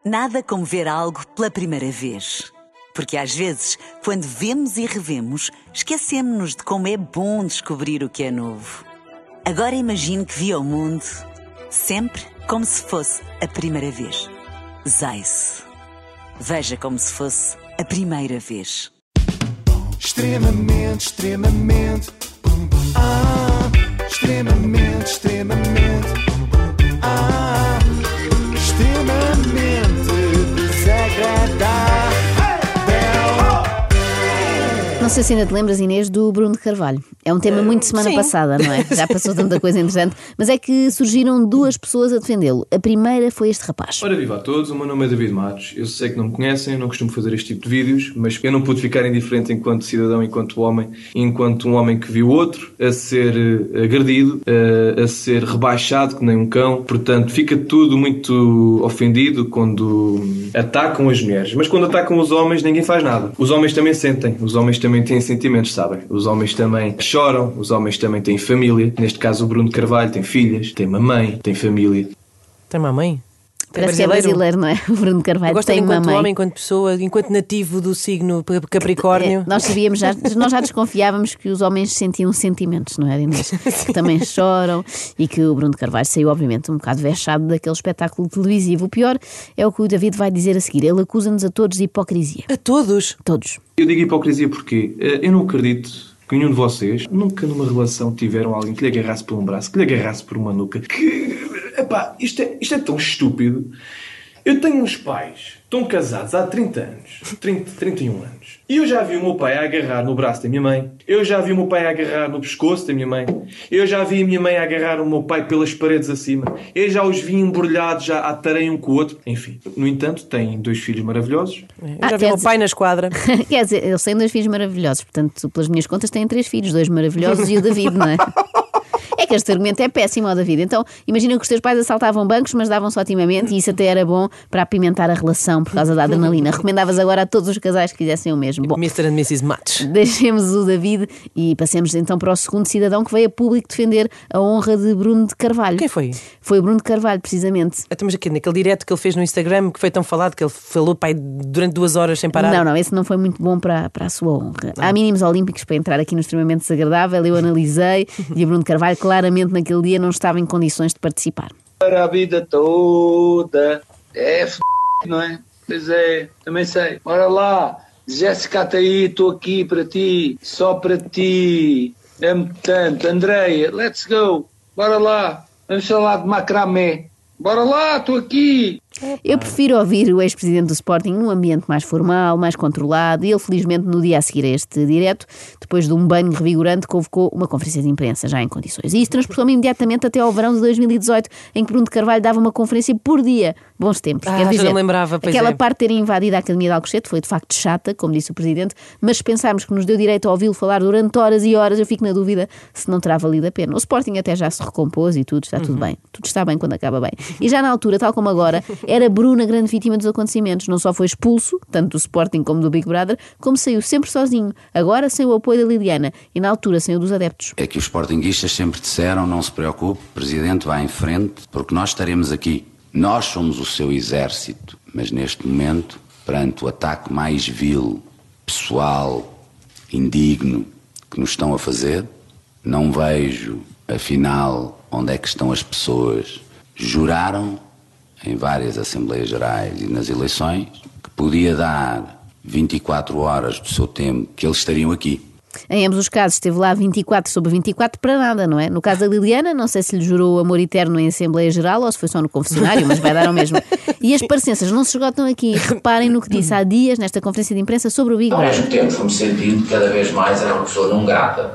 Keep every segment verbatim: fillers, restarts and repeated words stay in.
Nada como ver algo pela primeira vez. Porque às vezes, quando vemos e revemos, esquecemos-nos de como é bom descobrir o que é novo. Agora imagine que viu o mundo sempre como se fosse a primeira vez. Zais. Veja como se fosse a primeira vez. Extremamente, extremamente. Ah, extremamente, extremamente. Ah, extremamente desagradável. Não sei se ainda te lembras, Inês, do Bruno de Carvalho. É um tema muito de semana Sim. passada, não é? Já passou tanta coisa interessante. Mas é que surgiram duas pessoas a defendê-lo. A primeira foi este rapaz. Ora, viva a todos, o meu nome é David Matos. Eu sei que não me conhecem, eu não costumo fazer este tipo de vídeos, mas eu não pude ficar indiferente enquanto cidadão, enquanto homem, enquanto um homem que viu outro a ser uh, agredido, uh, a ser rebaixado, que nem um cão. Portanto, fica tudo muito ofendido quando atacam as mulheres. Mas quando atacam os homens, ninguém faz nada. Os homens também sentem, os homens também têm sentimentos, sabem? Os homens também choram, os homens também têm família. Neste caso, o Bruno de Carvalho tem filhas, tem uma mãe, tem família. Tem uma mãe? Parece que é brasileiro, não é? O Bruno de Carvalho Eu gosto tem dele uma enquanto mãe. homem, enquanto pessoa, enquanto nativo do signo Capricórnio. É, nós sabíamos, já, nós já desconfiávamos que os homens sentiam sentimentos, não é, Inês? Que também choram e que o Bruno de Carvalho saiu, obviamente, um bocado vexado daquele espetáculo televisivo. O pior é o que o David vai dizer a seguir. Ele acusa-nos a todos de hipocrisia. A todos? Todos. Eu digo hipocrisia porque eu não acredito que nenhum de vocês nunca numa relação tiveram alguém que lhe agarrasse por um braço, que lhe agarrasse por uma nuca. Que, epá, isto é, isto é tão estúpido. Eu tenho uns pais, estão casados há trinta anos, trinta, trinta e um anos. E eu já vi o meu pai a agarrar no braço da minha mãe. Eu já vi o meu pai a agarrar no pescoço da minha mãe. Eu já vi a minha mãe a agarrar o meu pai pelas paredes acima. Eu já os vi embrulhados, já atarei um com o outro. Enfim, no entanto, têm dois filhos maravilhosos. Eu Ah, já vi quer o meu dizer- pai na esquadra. Quer dizer, eles têm dois filhos maravilhosos. Portanto, pelas minhas contas, têm três filhos. Dois maravilhosos e o David, não é? É que este argumento é péssimo, ó David. Então, imagina que os teus pais assaltavam bancos, mas davam-se otimamente e isso até era bom para apimentar a relação por causa da adrenalina. Recomendavas agora a todos os casais que fizessem o mesmo. Bom, mister and missus Matos. deixemos o David e passemos então para o segundo cidadão que veio a público defender a honra de Bruno de Carvalho. Quem foi? Foi o Bruno de Carvalho, precisamente. Estamos aqui naquele direto que ele fez no Instagram, que foi tão falado, que ele falou pai durante duas horas sem parar. Não, não, esse não foi muito bom para, para a sua honra. Há mínimos olímpicos para entrar aqui no extremamente desagradável. Eu analisei e o Bruno de Carvalho claramente naquele dia não estava em condições de participar. Para a vida toda. É f... não é? Pois é, também sei. Bora lá. Jéssica, está aí, estou aqui para ti. Só para ti. Amo tanto. Andreia, let's go. Bora lá. Vamos falar de macramé. Bora lá, estou aqui. Eu prefiro ouvir o ex-presidente do Sporting num ambiente mais formal, mais controlado, e ele felizmente no dia a seguir a este direto, depois de um banho revigorante, convocou uma conferência de imprensa já em condições. E isso transportou-me imediatamente até ao verão de dois mil e dezoito, em que Bruno de Carvalho dava uma conferência por dia. Bons tempos. Ah, Quer já dizer, não lembrava, pois aquela é. parte de ter invadido a Academia de Alcochete foi de facto chata, como disse o presidente, mas se pensarmos que nos deu direito a ouvi-lo falar durante horas e horas, eu fico na dúvida se não terá valido a pena. O Sporting até já se recompôs e tudo, está tudo bem. Tudo está bem quando acaba bem. E já na altura, tal como agora, era Bruno a grande vítima dos acontecimentos. Não só foi expulso, tanto do Sporting como do Big Brother, como saiu sempre sozinho. Agora sem o apoio da Liliana e na altura sem o dos adeptos. É que os sportinguistas sempre disseram, não se preocupe, Presidente, vá em frente, porque nós estaremos aqui. Nós somos o seu exército, mas neste momento, perante o ataque mais vil, pessoal, indigno, que nos estão a fazer, não vejo, afinal, onde é que estão as pessoas. Juraram, em várias Assembleias Gerais e nas eleições, que podia dar vinte e quatro horas do seu tempo, que eles estariam aqui. Em ambos os casos esteve lá vinte e quatro sobre vinte e quatro para nada, não é? No caso da Liliana, não sei se lhe jurou amor eterno em Assembleia Geral ou se foi só no confessionário, mas vai dar ao mesmo. E as parecenças não se esgotam aqui. Reparem no que disse há dias nesta conferência de imprensa sobre o Big Ao Brother. mesmo tempo fui-me sentindo que cada vez mais era uma pessoa não grata.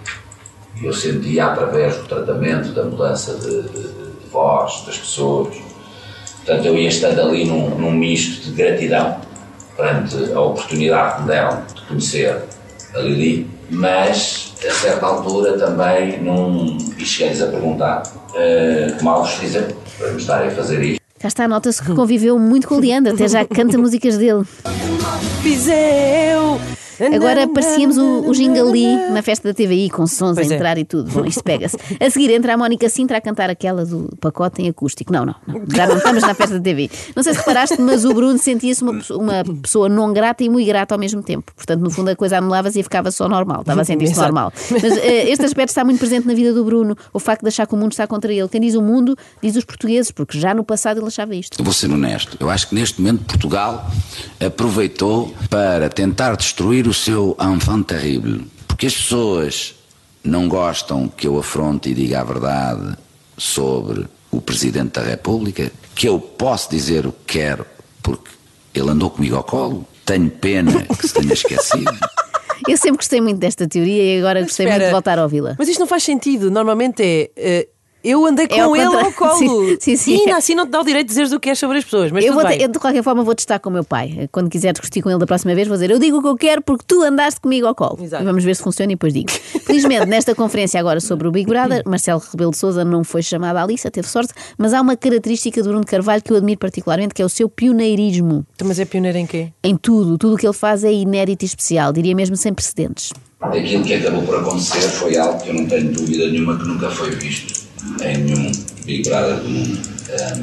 E eu sentia através do tratamento, da mudança de, de, de voz das pessoas. Portanto, eu ia estando ali num, num misto de gratidão perante a oportunidade que me deram de conhecer a Lili, mas a certa altura também não, e cheguei-lhes a perguntar uh, que mal vos fizeram para me estarem a fazer isto. Cá está, nota-se que conviveu muito com o Leandro, até já canta músicas dele. Fiz eu! Agora parecíamos o, o Gingali na festa da T V I, com sons Pois a é. entrar e tudo. Bom, isto pega-se. A seguir entra a Mónica Sintra a cantar aquela do pacote em acústico. Não, não, não. Já não estamos na festa da T V I. Não sei se reparaste, mas o Bruno sentia-se uma, pessoa- uma pessoa não grata e muito grata ao mesmo tempo. Portanto, no fundo, a coisa anulava-se e ficava só normal. Estava a sentir-se Exato. normal. Mas eh, este aspecto está muito presente na vida do Bruno. O facto de achar que o mundo está contra ele. Quem diz o mundo, diz os portugueses, porque já no passado ele achava isto. Eu vou ser honesto, eu acho que neste momento Portugal aproveitou para tentar destruir o seu enfant terrible. Porque as pessoas não gostam que eu afronte e diga a verdade sobre o Presidente da República, que eu posso dizer o que quero, porque ele andou comigo ao colo. Tenho pena que se tenha esquecido. Eu sempre gostei muito desta teoria e agora Mas gostei espera, muito de voltar a ouvi-la. Mas isto não faz sentido. Normalmente é. eh, eu andei com É ao ele contrário. ao colo. Sim, sim, sim. E ainda assim não te dá o direito de dizeres o que és sobre as pessoas. Mas Eu, tudo vou te- bem. eu, de qualquer forma, vou testar com o meu pai. Quando quiser discutir com ele da próxima vez, vou dizer: eu digo o que eu quero porque tu andaste comigo ao colo. Exato. E vamos ver se funciona e depois digo. Felizmente, nesta conferência agora sobre o Big Brother, Marcelo Rebelo de Sousa não foi chamado à lista, teve sorte, mas há uma característica do Bruno Carvalho que eu admiro particularmente, que é o seu pioneirismo. Mas é pioneiro em quê? Em tudo, tudo o que ele faz é inédito e especial, diria mesmo sem precedentes. Aquilo que acabou por acontecer foi algo que eu não tenho dúvida nenhuma que nunca foi visto em nenhum Big Brother do mundo. Um,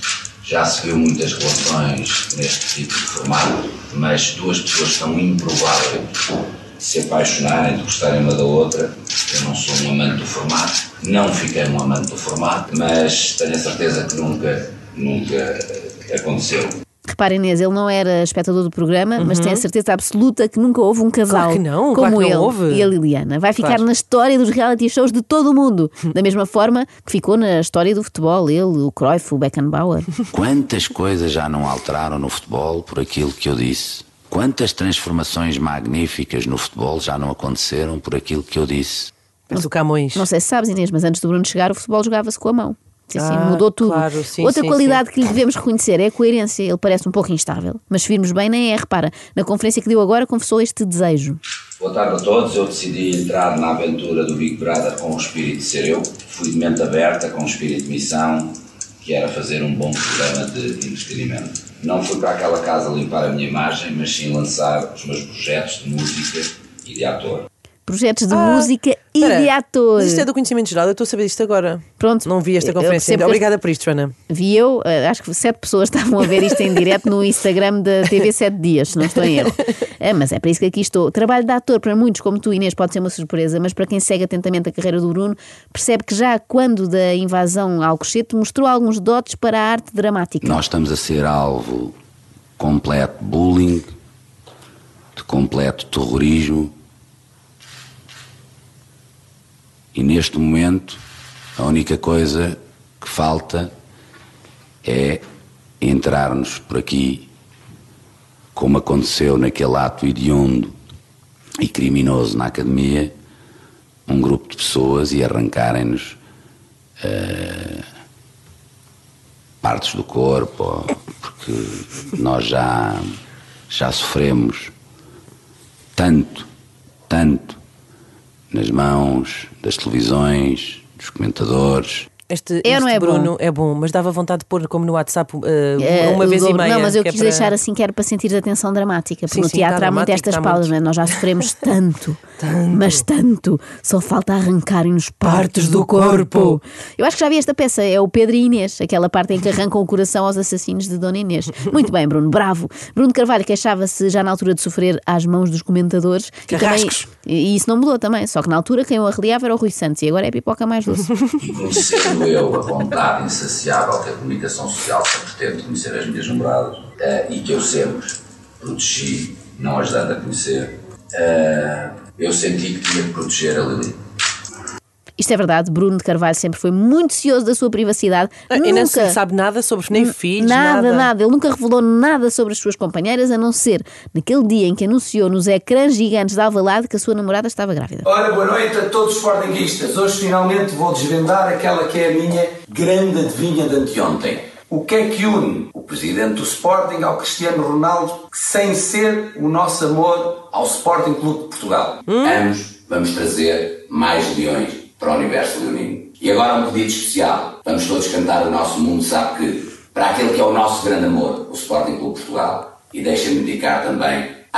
já se viu muitas relações neste tipo de formato, mas duas pessoas tão improváveis de se apaixonarem, de gostarem uma da outra. Eu não sou um amante do formato, não fiquei um amante do formato, mas tenho a certeza que nunca, nunca aconteceu. Repara, Inês, ele não era espectador do programa, mas tem a certeza absoluta que nunca houve um casal Claro que não, como claro que não ele houve. e a Liliana. Vai ficar Claro. na história dos reality shows de todo o mundo. Da mesma forma que ficou na história do futebol. Ele, o Cruyff, o Beckenbauer. Quantas coisas já não alteraram no futebol por aquilo que eu disse? Quantas transformações magníficas no futebol já não aconteceram por aquilo que eu disse? Mas o Camões. Não sei se sabes, Inês, mas antes do Bruno chegar, o futebol jogava-se com a mão. Sim, sim, Ah, mudou tudo. claro, sim, Outra sim, qualidade que lhe devemos reconhecer é a coerência. Ele parece um pouco instável, mas se virmos bem, nem é. Repara, na conferência que deu agora, confessou este desejo. Boa tarde a todos. Eu decidi entrar na aventura do Big Brother com o espírito de ser eu. Fui de mente aberta, com o espírito de missão, que era fazer um bom programa de entretenimento. Não fui para aquela casa limpar a minha imagem, mas sim lançar os meus projetos de música e de ator. Projetos de Ah, música e espera, de ator. Mas isto é do conhecimento geral, eu estou a saber disto agora. Pronto. Não vi esta Eu conferência percebo ainda. que Obrigada por isto, Joana. Vi eu, eh, acho que sete pessoas estavam a ver isto em direto no Instagram da T V Sete Dias, se não estou em erro. É, mas é para isso que aqui estou. O trabalho de ator, para muitos, como tu, Inês, pode ser uma surpresa, mas para quem segue atentamente a carreira do Bruno, percebe que já quando da invasão ao Alcochete mostrou alguns dotes para a arte dramática. Nós estamos a ser alvo de completo bullying, de completo terrorismo. E neste momento, a única coisa que falta é entrar-nos por aqui, como aconteceu naquele ato hediondo e criminoso na academia, um grupo de pessoas e arrancarem-nos uh, partes do corpo, porque nós já, já sofremos tanto, tanto nas mãos das televisões, dos comentadores. Este, É ou não este é bom? Bruno é bom, mas dava vontade de pôr como no WhatsApp uh, É, uma o vez e dobro. meia. Não, mas eu que é quis para- deixar assim que era para sentir a tensão dramática, porque Sim, no sim, teatro está há muito dramático, estas está pausas, muito. não é? Nós já sofremos tanto, mas tanto, só falta arrancarem-nos partes do corpo. Eu acho que já vi esta peça, é o Pedro e Inês, aquela parte em que arrancam o coração aos assassinos de Dona Inês. Muito bem, Bruno, bravo. Bruno Carvalho queixava-se já na altura de sofrer às mãos dos comentadores. E, também, Carrascos. e isso não mudou também, só que na altura quem o arreliava era o Rui Santos e agora é pipoca mais doce. E conhecendo eu a vontade insaciável que a comunicação social sempre teve de conhecer as minhas namoradas, eh, e que eu sempre protegi, não as dando a conhecer, eh, eu senti que tinha que proteger a Lili. Isto é verdade, Bruno de Carvalho sempre foi muito cioso da sua privacidade. Ah, e não se Nunca... sabe nada sobre nem filhos, Nada, nada. nada. Ele nunca revelou nada sobre as suas companheiras, a não ser naquele dia em que anunciou nos ecrãs gigantes de Alvalade que a sua namorada estava grávida. Ora, boa noite a todos os sportinguistas. Hoje finalmente vou desvendar aquela que é a minha grande adivinha de anteontem. O que é que une o presidente do Sporting ao Cristiano Ronaldo sem ser o nosso amor ao Sporting Clube de Portugal? Hum? Ambos vamos trazer mais leões para o universo leonino. E agora um pedido especial. Vamos todos cantar o nosso mundo sabe que, para aquele que é o nosso grande amor, o Sporting Clube de Portugal. E deixem-me dedicar também à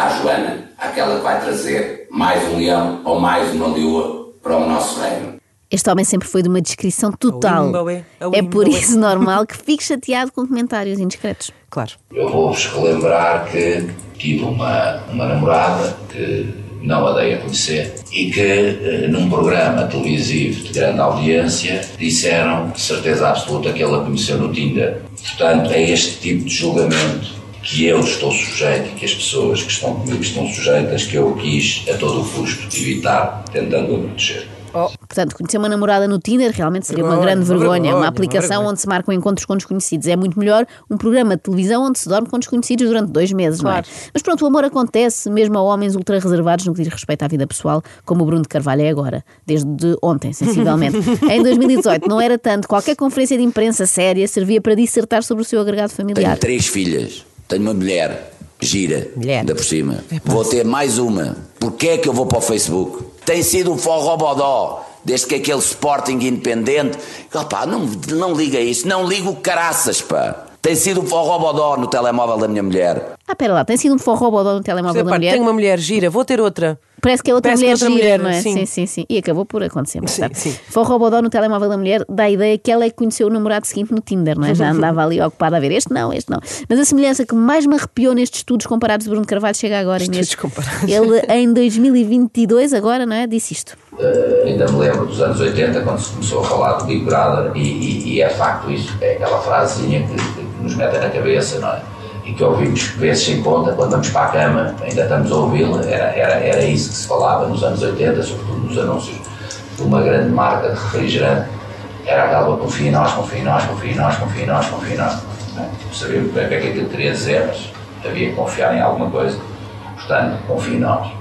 à Joana, aquela que vai trazer mais um leão ou mais uma leoa para o nosso reino. Este homem sempre foi de uma descrição total. É por isso normal que fique chateado com comentários indiscretos. Claro. Eu vou-vos relembrar que tive uma, uma namorada que não a dei a conhecer e que num programa televisivo de grande audiência disseram de certeza absoluta que ela conheceu no Tinder. Portanto, é este tipo de julgamento que eu estou sujeito e que as pessoas que estão comigo estão sujeitas, que eu quis a todo o custo evitar, tentando a proteger. Oh. Portanto, conhecer uma namorada no Tinder realmente seria vergonha, uma grande uma vergonha. vergonha Uma aplicação uma onde se marcam encontros com desconhecidos. É muito melhor um programa de televisão onde se dorme com desconhecidos durante dois meses, claro. Não é? Mas pronto, o amor acontece mesmo a homens ultra reservados no que diz respeito à vida pessoal, como o Bruno de Carvalho é agora, desde ontem, sensivelmente. Em dois mil e dezoito não era tanto. Qualquer conferência de imprensa séria servia para dissertar sobre o seu agregado familiar. Tenho três filhas, tenho uma mulher gira, mulher. ainda por cima. Vou ter mais uma. Porquê é que eu vou para o Facebook? Tem sido um forrobodó. Desde que aquele Sporting independente, opá, não, não liga isso, não liga o caraças, pá. Tem sido um forrobodó no telemóvel da minha mulher. Ah, pera lá, tem sido um forrobodó no telemóvel Sim, da mulher? Tenho uma mulher gira, vou ter outra. Parece que é outra Parece mulher que é outra gira, mulher, não é? sim. sim, sim, sim. E acabou por acontecer. Sim, sim. Forrobodó no telemóvel da mulher dá a ideia que ela é que conheceu o namorado seguinte no Tinder, não é? Já andava ali ocupada a ver este não, este não. Mas a semelhança que mais me arrepiou nestes estudos comparados de Bruno Carvalho chega agora. Estudos Inês. comparados. Ele, em dois mil e vinte e dois, agora, não é? Disse isto. Uh, ainda me lembro dos anos oitenta, quando se começou a falar do Big Brother, e, e, e é facto isso, é aquela frasezinha que, que nos mete na cabeça, não é? E que ouvimos vezes sem conta, quando vamos para a cama, ainda estamos a ouvi-la. Era, era, era isso que se falava nos anos oitenta, sobretudo nos anúncios de uma grande marca de refrigerante. Era aquela: confia em nós, confia em nós, confia em nós, confia em nós, confia em nós. Não sabia o que é que aquilo queria dizer, mas havia que confiar em alguma coisa. Portanto, confia em nós.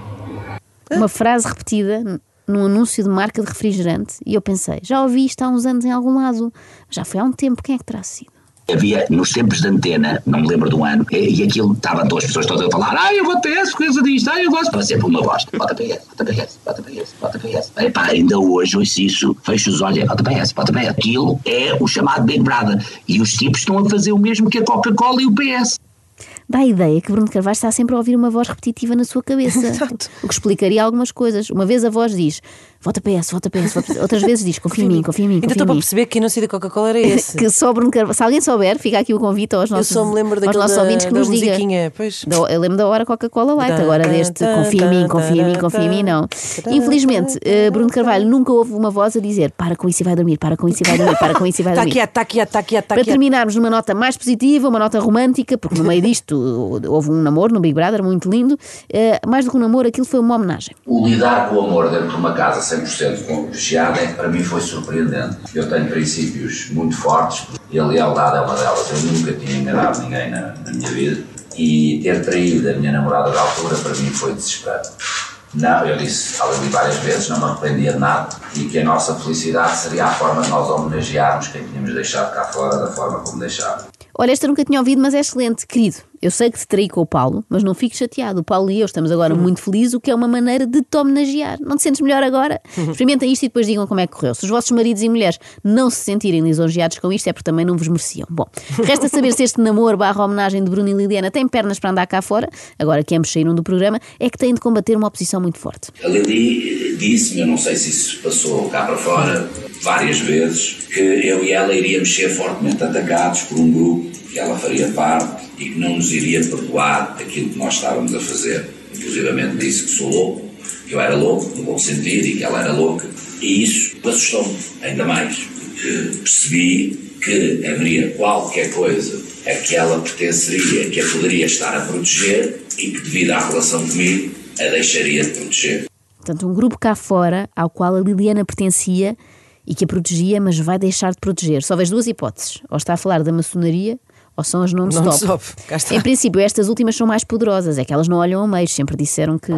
Uma frase repetida num anúncio de marca de refrigerante, e eu pensei, já ouvi isto há uns anos em algum lado, já foi há um tempo, quem é que terá sido? Havia nos tempos de Antena, não me lembro do ano, e aquilo estavam todas as pessoas todas a falar: ah, eu voto P S, coisa disto, ah, eu gosto. Estava sempre uma voz: vota P S, vota P S, vota P S, vota P S. Epá, ainda hoje ouço isso, fecho os olhos, é vota P S, vota P S. Aquilo é o chamado Big Brother. E os tipos estão a fazer o mesmo que a Coca-Cola e o P S. Dá a ideia que Bruno Carvalho está sempre a ouvir uma voz repetitiva na sua cabeça. O que explicaria algumas coisas. Uma vez a voz diz: vota P S, vota P S, vota P S. Outras vezes diz: confia em mim, confia em mim, Ainda confia estou em para mim. perceber que quem não sei da Coca-Cola era esse. Que só Bruno Carvalho. Se alguém souber, fica aqui o convite aos nossos, Eu só me lembro aos nossos da, ouvintes que da nos diga. musiquinha, pois. Eu lembro da hora Coca-Cola Light, Da, agora da, deste da, confia em mim, da, confia em mim, da, confia em mim, da, não. da, Infelizmente, da, eh, Bruno Carvalho nunca houve uma voz a dizer: para com isso e vai dormir, para com isso e vai dormir, para com isso e vai Está dormir. quieto, está quieto, está quieto, está Para quieto. terminarmos numa nota mais positiva, uma nota romântica, porque no meio disto houve um namoro no Big Brother muito lindo, uh, mais do que um namoro, aquilo foi uma homenagem. O lidar com o amor dentro de uma casa cem por cento contagiada, é que para mim foi surpreendente. Eu tenho princípios muito fortes e a lealdade é uma delas. Eu nunca tinha enganado ninguém na, na minha vida, e ter traído a minha namorada da altura para mim foi desesperado. Não, eu disse ali várias vezes, não me arrependia de nada, e que a nossa felicidade seria a forma de nós homenagearmos quem tínhamos deixado cá fora da forma como deixaram. Olha, esta nunca tinha ouvido, mas é excelente. Querido, eu sei que te traí com o Paulo, mas não fiques chateado. O Paulo e eu estamos agora uhum. muito felizes, o que é uma maneira de te homenagear. Não te sentes melhor agora? Uhum. Experimentem isto e depois digam como é que correu. Se os vossos maridos e mulheres não se sentirem lisonjeados com isto, é porque também não vos mereciam. Bom, resta saber se este namoro barra homenagem de Bruno e Liliana tem pernas para andar cá fora, agora que ambos saíram do programa, é que têm de combater uma oposição muito forte. A Lili disse-me, eu não sei se isso passou cá para fora, várias vezes, que eu e ela iríamos ser fortemente atacados por um grupo que ela faria parte e que não nos iria perdoar aquilo que nós estávamos a fazer. Inclusivamente disse que sou louco, que eu era louco, no bom sentido, e que ela era louca. E isso assustou-me ainda mais, porque percebi que haveria qualquer coisa a que ela pertenceria, que a poderia estar a proteger e que, devido à relação comigo, a deixaria de proteger. Portanto, um grupo cá fora ao qual a Liliana pertencia e que a protegia, mas vai deixar de proteger. Só vês duas hipóteses. Ou está a falar da maçonaria, ou são as non-stop. Non-stop. Cá está. Em princípio, estas últimas são mais poderosas. É que elas não olham a meio. Sempre disseram que...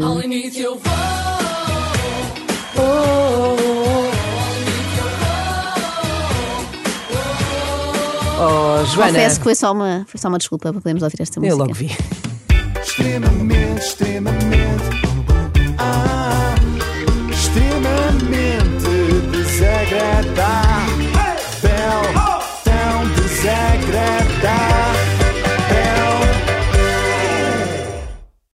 Oh, Joana. Confesso que foi só uma, foi só uma desculpa para podermos ouvir esta música. Eu logo vi. Extremamente, extremamente. Ah.